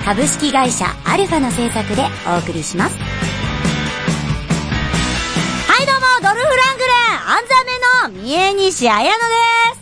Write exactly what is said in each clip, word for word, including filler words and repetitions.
株式会社アルファの制作でお送りします。はいどうも、ドルフ・ラングレン安座目の三重西彩乃です。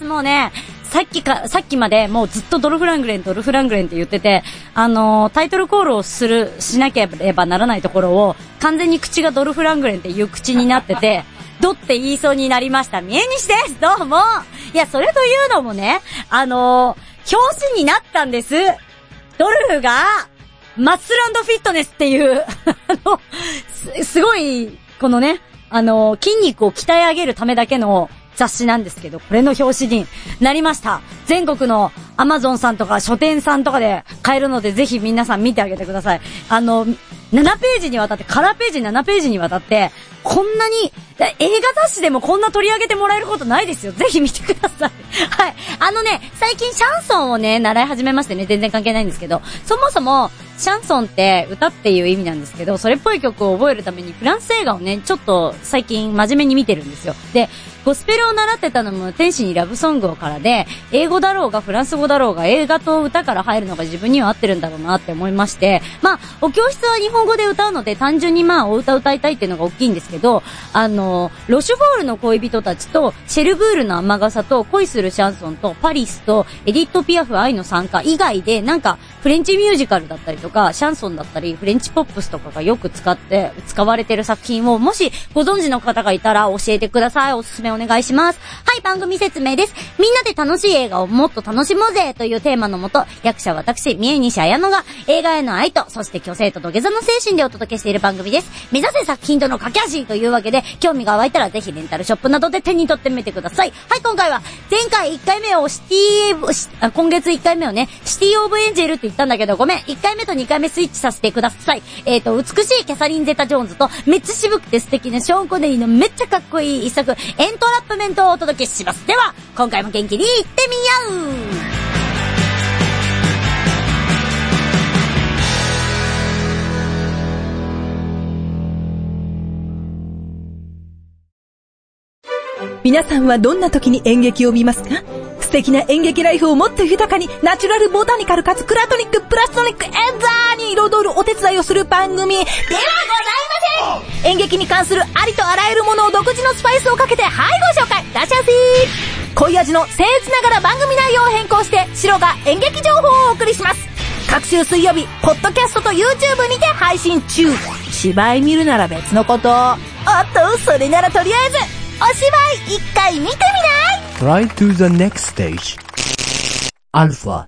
もうね、さっきか、さっきまでもうずっとドルフ・ラングレン、ドルフ・ラングレンって言ってて、あのー、タイトルコールをする、しなければならないところを、完全に口がドルフ・ラングレンっていう口になってて、ドって言いそうになりました。三重西です。どうも。いや、それというのもね、あのー、表紙になったんです。ドルフが、マッスル&フィットネスっていう、あの、す、すごい、このね、あの、筋肉を鍛え上げるためだけの雑誌なんですけど、これの表紙になりました。全国のアマゾンさんとか書店さんとかで買えるので、ぜひ皆さん見てあげてください。あの、ななページにわたって、カラーページななページにわたって、こんなに、映画雑誌でもこんな取り上げてもらえることないですよ。ぜひ見てください。はい。あのね、最近シャンソンをね、習い始めましてね、全然関係ないんですけど、そもそも、シャンソンって歌っていう意味なんですけど、それっぽい曲を覚えるためにフランス映画をね、ちょっと最近真面目に見てるんですよ。で、ゴスペルを習ってたのも天使にラブソングをからで、英語だろうがフランス語だろうが映画と歌から入るのが自分には合ってるんだろうなって思いまして、まあ、お教室は日本語で歌うので単純にまあお歌歌いたいっていうのが大きいんですけど、あの、ロシュフォールの恋人たちと、シェルブールの雨傘と、恋するシャンソンと、パリスと、エディット・ピアフ愛の参加以外で、なんか、フレンチミュージカルだったりとか、シャンソンだったり、フレンチポップスとかがよく使って、使われてる作品を、もしご存知の方がいたら教えてください。おすすめお願いします。はい、番組説明です。みんなで楽しい映画をもっと楽しもうぜというテーマのもと、役者私、三重西彩乃が映画への愛と、そして虚勢と土下座の精神でお届けしている番組です。目指せ作品との架け橋というわけで、興味が湧いたらぜひレンタルショップなどで手に取ってみてください。はい、今回は前回いっかいめをシティ、今月いっかいめをね、シティオブエンジェルって言ったんだけど、ごめん、いっかいめとにかいめスイッチさせてください。えっと、美しいキャサリン・ゼタ・ジョーンズと、めっちゃ渋くて素敵なショーン・コネリーのめっちゃかっこいい一作、エントラップメントをお届けします。では、今回も元気にいってみよう。 皆さんはどんな時に演劇を見ますか？素敵な演劇ライフをもっと豊かに、ナチュラルボタニカルかつクラトニックプラストニックエンザーに彩るお手伝いをする番組ではございません。演劇に関するありとあらゆるものを独自のスパイスをかけて、はい、ご紹介。ラシャシー濃い味の僭越ながら番組内容を変更して、シロが演劇情報をお送りします。各週水曜日、ポッドキャストと YouTube にて配信中。芝居見るなら別のこと。おっと、それならとりあえずお芝居一回見てみない？ Try to the next stage. Alpha.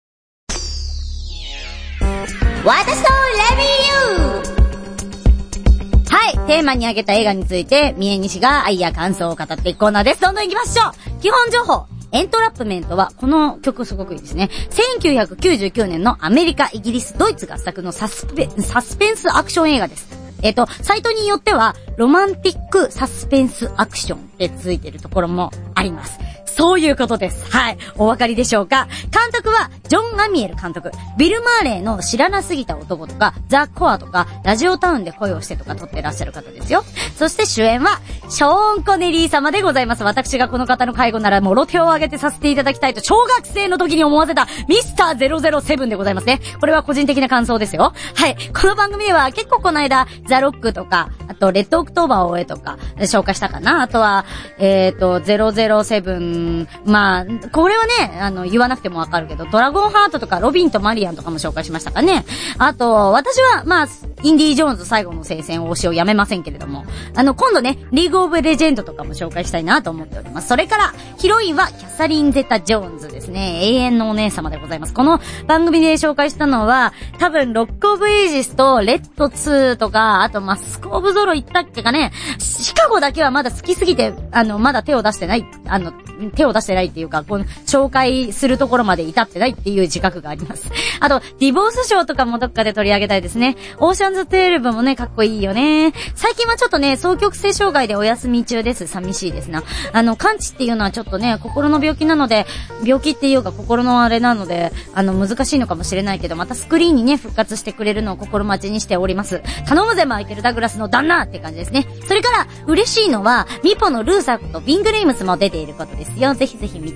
私とレビュー。はい、テーマに挙げた映画について三重西が愛や感想を語っていくコーナーです。どんどん行きましょう。基本情報。エントラップメントは、この曲すごくいいですね。せんきゅうひゃくきゅうじゅうきゅうねんのアメリカ、イギリス、ドイツ合作のサスペ、サスペンスアクション映画です。えっと、サイトによっては、ロマンティックサスペンスアクションってついてるところもあります。そういうことです。はい。お分かりでしょうか？監督は、ジョン・アミエル監督。ビル・マーレーの知らなすぎた男とか、ザ・コアとか、ラジオタウンで恋をしてとか撮ってらっしゃる方ですよ。そして主演は、ショーン・コネリー様でございます。私がこの方の介護なら、もろ手を挙げてさせていただきたいと、小学生の時に思わせた、ミスターゼロゼロセブンでございますね。これは個人的な感想ですよ。はい。この番組では、結構この間、ザ・ロックとか、あと、レッド・オクトーバーを終えとか、紹介したかな。あとは、えっと、ゼロゼロセブン、まあ、これはね、あの、言わなくてもわかるけど、ドラゴンハートとか、ロビンとマリアンとかも紹介しましたかね。あと、私は、まあ、インディ・ジョーンズ最後の聖戦推しをやめませんけれども、あの、今度ね、リーグ・オブ・レジェンドとかも紹介したいなと思っております。それから、ヒロインは、キャサリン・ゼタ・ジョーンズですね。永遠のお姉様でございます。この番組で紹介したのは、多分、ロック・オブ・エイジスと、レッドツーとか、あと、マスク・オブ・ゾロ行ったっけかね。シカゴだけはまだ好きすぎて、あの、まだ手を出してない、あの、手を出してないっていうか、この、紹介するところまで至ってないっていう自覚があります。あと、ディボース賞とかもどっかで取り上げたいですね。オーシャンズじゅうにもね、かっこいいよね。最近はちょっとね、双極性障害でお休み中です。寂しいですな。あの、完治っていうのはちょっとね、心の病気なので、病気っていうか心のあれなので、あの、難しいのかもしれないけど、またスクリーンにね、復活してくれるのを心待ちにしております。頼むぜ、マイケル・ダグラスの旦那って感じですね。それから、嬉しいのは、ミポのルーサーとビングレイムスも出ていることですよ。ぜひぜひ見てみてく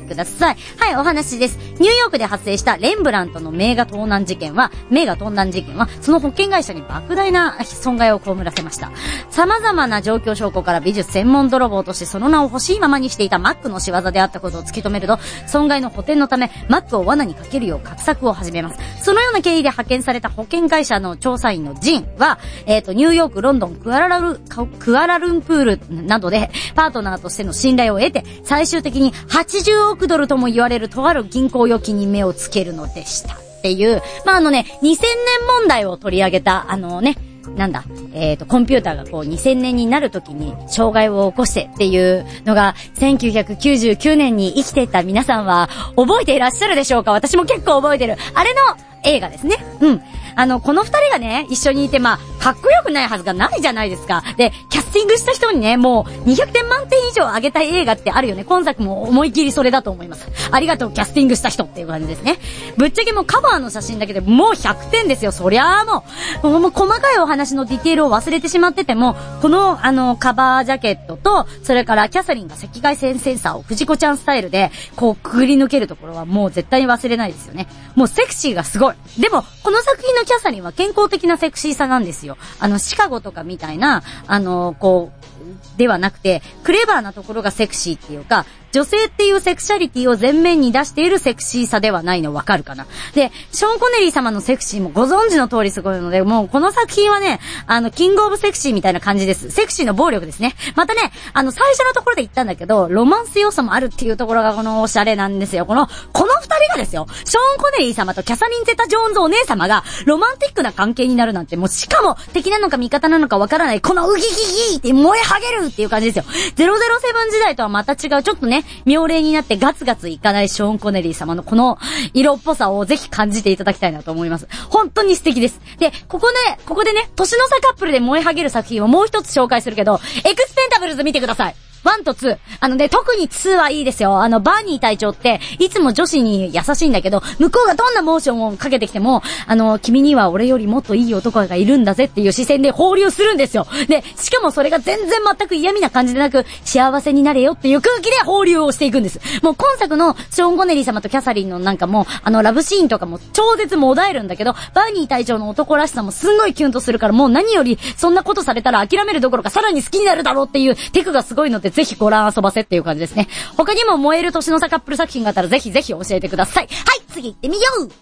ください。はい、お話です。ニューヨークで発生したレンブラントの名画盗難事件は、名画盗難事件は、その保険会社に莫大な損害を被らせました。様々な状況証拠から美術専門泥棒としてその名を欲しいままにしていたマックの仕業であったことを突き止めると、損害の補填のため、マックを罠にかけるよう画策を始めます。そのような経緯で派遣された保険会社の調査員のジンは、えっと、ニューヨーク、ロンドン、クアラル、クアラルンプールなどで、パートナーとしての信頼を得て、最終的にはちじゅうおくドルとも言われるとある銀行預金に目をつけるのでした。っていう、まあ、あのね、にせんねん問題を取り上げた、あのね、なんだ、えっと、コンピューターがこうにせんねんになるときに障害を起こしてっていうのがせんきゅうひゃくきゅうじゅうきゅうねんに生きていた皆さんは覚えていらっしゃるでしょうか？私も結構覚えてる。あれの映画ですね。うん。あの、この二人がね、一緒にいて、まあ、かっこよくないはずがないじゃないですか。で、キャスティングした人にね、もうにひゃくてん満点以上上げたい映画ってあるよね。今作も思い切りそれだと思います。ありがとう、キャスティングした人っていう感じですね。ぶっちゃけもうカバーの写真だけでもうひゃくてんですよ。そりゃあもう、もう、もう細かいお話のディテールを忘れてしまってても、この、あの、カバージャケットと、それからキャサリンが赤外線センサーを藤子ちゃんスタイルで、こう、くぐり抜けるところはもう絶対に忘れないですよね。もうセクシーがすごい。でも、この作品のキャサリンは健康的なセクシーさなんですよ。あの、シカゴとかみたいな、あの、こう、ではなくて、クレバーなところがセクシーっていうか、女性っていうセクシャリティを前面に出しているセクシーさではないのわかるかな。で、ショーン・コネリー様のセクシーもご存知の通りすごいので、もうこの作品はね、あの、キングオブセクシーみたいな感じです。セクシーの暴力ですね。またね、あの、最初のところで言ったんだけど、ロマンス要素もあるっていうところがこのおしゃれなんですよ。この、この二人がですよ、ショーン・コネリー様とキャサリン・ゼタ・ジョーンズお姉様がロマンティックな関係になるなんて、もうしかも敵なのか味方なのかわからない、このウギギギーって燃えはげるっていう感じですよ。ゼロゼロセブン時代とはまた違う、ちょっとね、妙齢になってガツガツいかないショーン・コネリー様のこの色っぽさをぜひ感じていただきたいなと思います。本当に素敵です。で、ここね、ここでね、年の差カップルで燃えはげる作品をもう一つ紹介するけど、エクスペンダブルズ見てください。ワンとツー。あのね、特にツーはいいですよ。あの、バーニー隊長って、いつも女子に優しいんだけど、向こうがどんなモーションをかけてきても、あの、君には俺よりもっといい男がいるんだぜっていう視線で放流するんですよ。で、しかもそれが全然全く嫌味な感じでなく、幸せになれよっていう空気で放流をしていくんです。もう今作のショーン・コネリー様とキャサリンのなんかもう、あの、ラブシーンとかも超絶もだえるんだけど、バーニー隊長の男らしさもすんごいキュンとするから、もう何よりそんなことされたら諦めるどころかさらに好きになるだろうっていうテクがすごいので、ぜひご覧遊ばせっていう感じですね。他にも燃える年の差カップル作品があったらぜひぜひ教えてください。はい、次行ってみよう。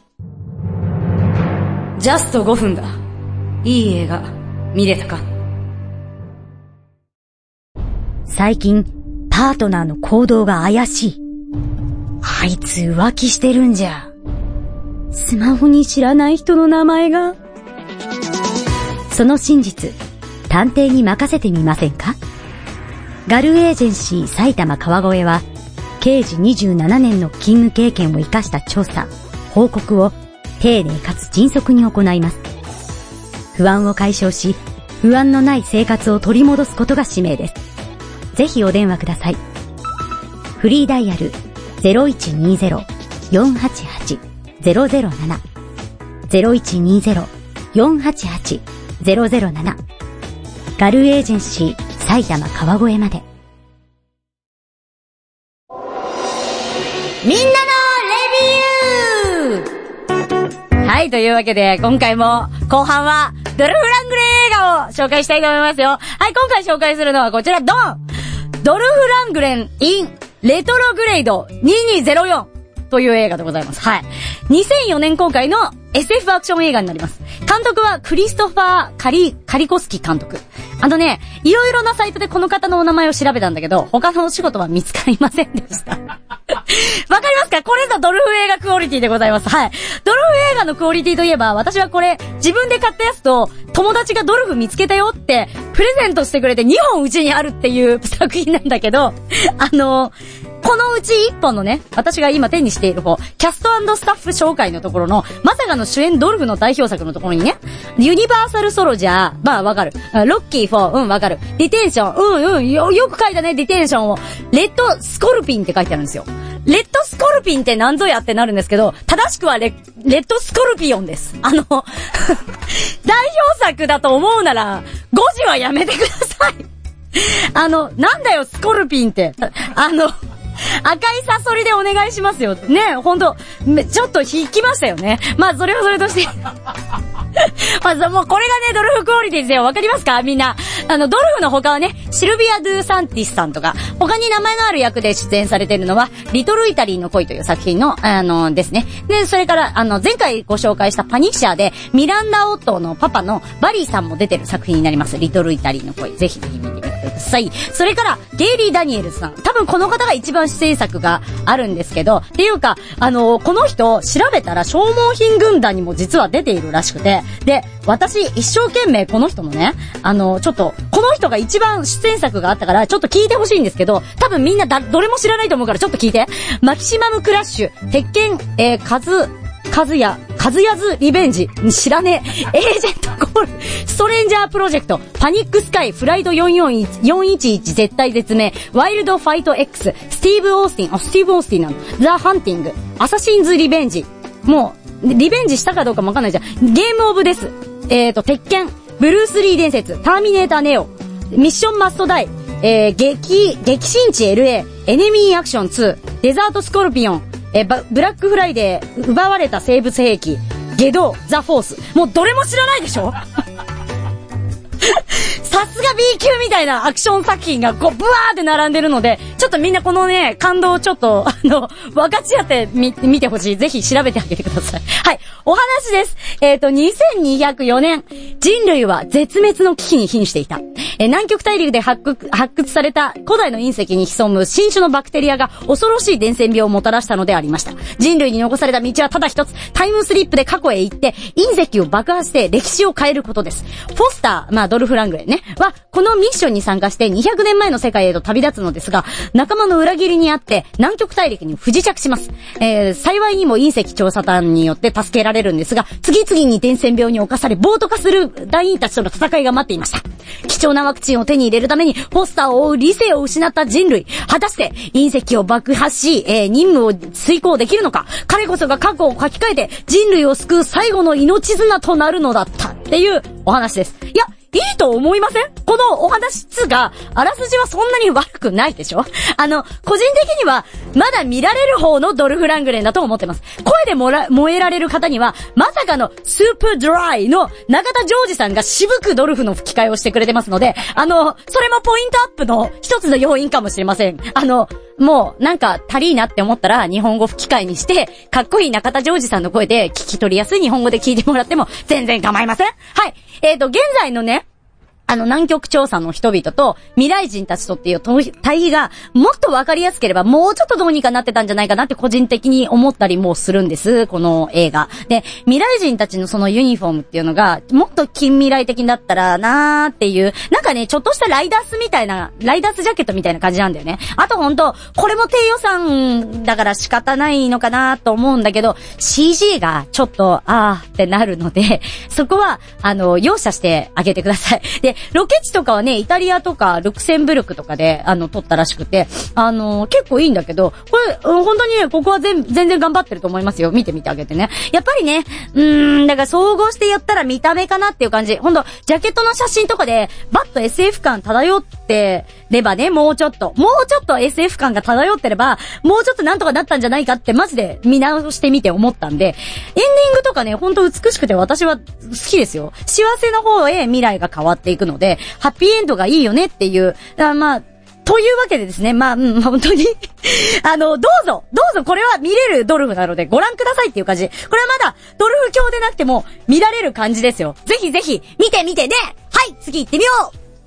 ジャストごふんだ。いい映画見れたか？最近パートナーの行動が怪しい。あいつ浮気してるんじゃ。スマホに知らない人の名前が。その真実、探偵に任せてみませんか？ガルエージェンシー埼玉川越は、刑事にじゅうななねんの勤務経験を生かした調査、報告を丁寧かつ迅速に行います。不安を解消し、不安のない生活を取り戻すことが使命です。ぜひお電話ください。フリーダイヤル ゼロいちにゼロ よんはちはち ゼロゼロなな ゼロいちにゼロ よんはちはち ゼロゼロなな ガルエージェンシー埼玉川越まで。みんなのレビュー。はい、というわけで今回も後半はドルフ・ラングレン映画を紹介したいと思いますよ。はい、今回紹介するのはこちら、ドン！ドルフ・ラングレン in レトログレードににゼロよんという映画でございます。はい。にせんよねん公開の エスエフ アクション映画になります。監督はクリストファー・カリ、カリコスキ監督。あのね、いろいろなサイトでこの方のお名前を調べたんだけど、他のお仕事は見つかりませんでした。わかりますか？これぞドルフ映画クオリティでございます。はい。ドルフ映画のクオリティといえば、私はこれ、自分で買ったやつと、友達がドルフ見つけたよって、プレゼントしてくれてにほんうちにあるっていう作品なんだけど、あの、このうちいっぽんのね、私が今手にしている方、キャスト&スタッフ紹介のところの、まさかの主演ドルフの代表作のところにね、ユニバーサルソロジャー、まあわかる。ロッキーフォー、うんわかる。ディテンション、うんうん、よ、よく書いたね、ディテンションを。レッドスコルピンって書いてあるんですよ。レッドスコルピンって何ぞやってなるんですけど、正しくはレ、レッドスコルピオンです。あの、代表作だと思うなら、ごじはやめてください。あの、なんだよ、スコルピンって。あの、 赤いサソリでお願いしますよ。ね、ほんと、ちょっと引きましたよね。まあ、それはそれとして。まあ、もうこれがね、ドルフクオリティですよ。わかりますかみんな。あの、ドルフの他はね、シルビア・ドゥ・サンティスさんとか、他に名前のある役で出演されているのは、リトル・イタリーの恋という作品の、あの、ですね。で、それから、あの、前回ご紹介したパニッシャーで、ミランダ・オットーのパパのバリーさんも出てる作品になります。リトル・イタリーの恋。ぜひぜひ見てみてください。それから、ゲイリー・ダニエルズさん。多分この方が一番出演作があるんですけど、っていうか、あの、この人、調べたら消耗品軍団にも実は出ているらしくて、で、私、一生懸命この人のね、あの、ちょっと、この人が一番出演作があったから、ちょっと聞いてほしいんですけど、多分みんなだ、どれも知らないと思うからちょっと聞いて。マキシマムクラッシュ、鉄拳、えー、カズ、カズヤ、カズヤズリベンジ、知らねえ、エージェントコール、ストレンジャープロジェクト、パニックスカイ、フライドよんよんいち、よんいちいち絶対絶命、ワイルドファイト X、スティーブ・オースティン、あ、スティーブ・オースティンなの、ザ・ハンティング、アサシンズ・リベンジ、もう、リベンジしたかどうかもわかんないじゃん。ゲームオブデス、えーと、鉄拳、ブルース・リー伝説、ターミネーター・ネオ、ミッション・マスト・ダイ、えー、激、激戦地 エルエー、エネミー・アクションツー、デザート・スコルピオン、えー、ブラック・フライデー、奪われた生物兵器、ゲド、ザ・フォース。もうどれも知らないでしょさすが B 級みたいなアクション作品がこうブワーって並んでるので、ちょっとみんなこのね、感動をちょっと、あの、分かち合ってみ、見てほしい。ぜひ調べてあげてください。はい。お話です。えっと、にせんにひゃくよねん、人類は絶滅の危機に瀕していた。えー、南極大陸で発掘、発掘された古代の隕石に潜む新種のバクテリアが恐ろしい伝染病をもたらしたのでありました。人類に残された道はただ一つ、タイムスリップで過去へ行って、隕石を爆破して歴史を変えることです。フォスター、まあドルフ・ラングレンね、は、このミッションに参加してにひゃくねんまえの世界へと旅立つのですが、仲間の裏切りにあって南極大陸に不時着します。えー、幸いにも隕石調査団によって助けられるんですが、次々に伝染病に侵され暴徒化する団員たちとの戦いが待っていました。貴重なワクチンを手に入れるためにフォスターを追う理性を失った人類、果たして隕石を爆破し、えー、任務を遂行できるのか。彼こそが過去を書き換えて人類を救う最後の命綱となるのだったっていうお話です。いや、いいと思いません？このお話つが、あらすじはそんなに悪くないでしょ？あの、個人的には、まだ見られる方のドルフ・ラングレンだと思ってます。声でもら、燃えられる方には、まさかのスープドライの中田ジョージさんが渋くドルフの吹き替えをしてくれてますので、あの、それもポイントアップの一つの要因かもしれません。あの、もう、なんか、足りいなって思ったら、日本語吹き替えにして、かっこいい中田ジョージさんの声で聞き取りやすい日本語で聞いてもらっても、全然構いません。はい。えーと、現在のね、あの、南極調査の人々と未来人たちとっていう対比がもっとわかりやすければもうちょっとどうにかなってたんじゃないかなって個人的に思ったりもするんです、この映画。で、未来人たちのそのユニフォームっていうのがもっと近未来的だったらなーっていう、なんかね、ちょっとしたライダースみたいな、ライダースジャケットみたいな感じなんだよね。あとほんと、これも低予算だから仕方ないのかなと思うんだけど、シージー がちょっと、あーってなるので、そこは、あの、容赦してあげてください。で、ロケ地とかはね、イタリアとかルクセンブルクとかで、あの、撮ったらしくて、あの、結構いいんだけど、これ、本当にね、ここは全、全然頑張ってると思いますよ。見てみてあげてね。やっぱりね、うーん、だから総合して言ったら見た目かなっていう感じ。ほんと、ジャケットの写真とかで、バッと エスエフ 感漂ってればね、もうちょっと、もうちょっと エスエフ 感が漂ってれば、もうちょっとなんとかなったんじゃないかって、マジで見直してみて思ったんで、エンディングとかね、ほんと美しくて私は好きですよ。幸せの方へ未来が変わっていくので、ハッピーエンドがいいよねっていう、あまあ、というわけでですね、まあ、うん、本当に、あの、どうぞ、どうぞこれは見れるドルフなのでご覧くださいっていう感じ。これはまだドルフ教でなくても見られる感じですよ。ぜひぜひ、見て見てね。はい、次行ってみよ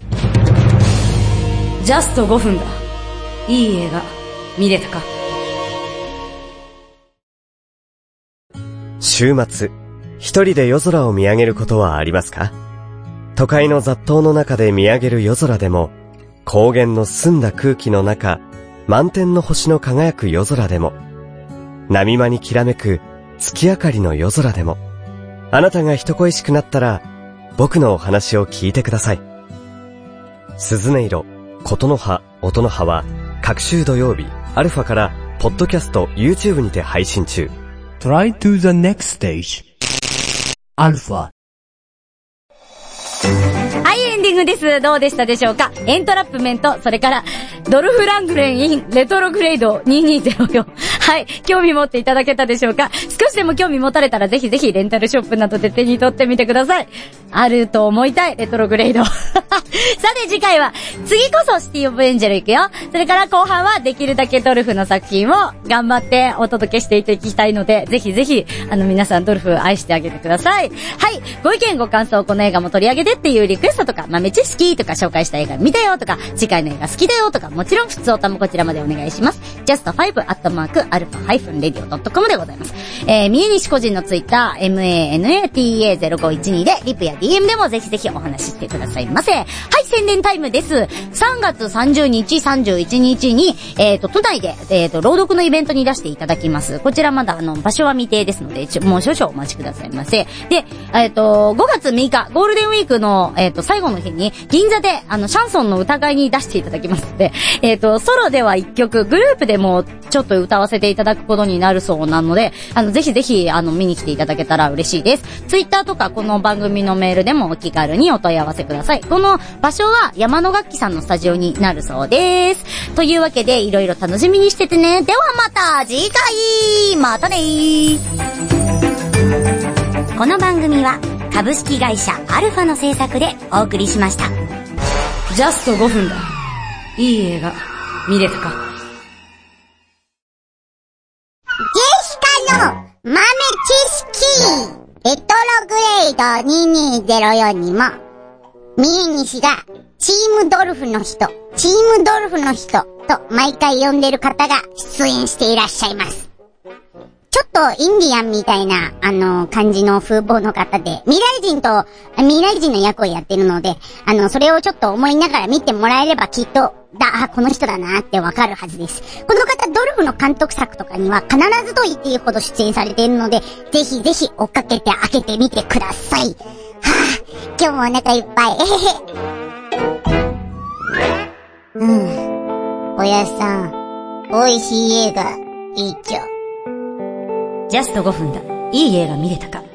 う。ジャストごふんだ。いい映画、見れたか？ 週末、一人で夜空を見上げることはありますか？都会の雑踏の中で見上げる夜空でも、高原の澄んだ空気の中、満天の星の輝く夜空でも、波間にきらめく月明かりの夜空でも、あなたが人恋しくなったら、僕のお話を聞いてください。鈴音色、琴の葉、音の葉は、各週土曜日、アルファから、ポッドキャスト、YouTube にて配信中。 Try to the next stage. アルファ。 はい、エンデングです。どうでしたでしょうか。エントラップメント、それから、ドルフラングレン in レトログレードにせんにじゅうよん。はい。興味持っていただけたでしょうか。少しでも興味持たれたらぜひぜひレンタルショップなどで手に取ってみてください。あると思いたい、レトログレード。さて次回は、次こそシティオブエンジェル行くよ。それから後半はできるだけドルフの作品を頑張ってお届けしていきたいので、ぜひぜひ、あの皆さんドルフ愛してあげてください。はい。ご意見ご感想、この映画も取り上げてっていうリクエストとか、豆知識とか紹介した映画見たよとか、次回の映画好きだよとか、もちろん普通おたもこちらまでお願いします。ジャストファイブ アットマーク アルファ ハイフン レディオ ドットコム でございます。えー、三重西個人のツイッター、エムエーエヌエーティーエーゼロごいちに で、リプや ディーエム でもぜひぜひお話ししてくださいませ。はい、宣伝タイムです。さんがつさんじゅうにち、さんじゅういちにちに、えっと、都内で、えっと、朗読のイベントに出していただきます。こちらまだ、あの、場所は未定ですので、ちょもう少々お待ちくださいませ。で、えっと、ごがつむいか、ゴールデンウィークの、えっと、最後の日に、銀座で、あの、シャンソンの歌会に出していただきますので、えっと、ソロではいっきょく、グループでもちょっと歌わせていただくことになるそうなので、あの、ぜひぜひ、あの、見に来ていただけたら嬉しいです。ツイッターとか、この番組のメールでもお気軽にお問い合わせください。この場所は山野楽器さんのスタジオになるそうです。というわけで、いろいろ楽しみにしててね。ではまた次回またねー。この番組は株式会社アルファの制作でお送りしました。ジャストごふんだ。いい映画見れたか。 ジェシカの豆知識レトログレードにせんにじゅうよんにも三重西がチームドルフの人、チームドルフの人と毎回呼んでる方が出演していらっしゃいます。ちょっとインディアンみたいな、あの、感じの風貌の方で、未来人と、未来人の役をやってるので、あの、それをちょっと思いながら見てもらえればきっと、だ、あ、この人だなってわかるはずです。この方、ドルフの監督作とかには必ずと言っていいほど出演されているので、ぜひぜひ追っかけて開けてみてください。はぁ、今日もお腹いっぱい。えへへ。うん。おやさん、美味しい映画、いいっちょ。 ジャストごふんだ。いい映画見れたか。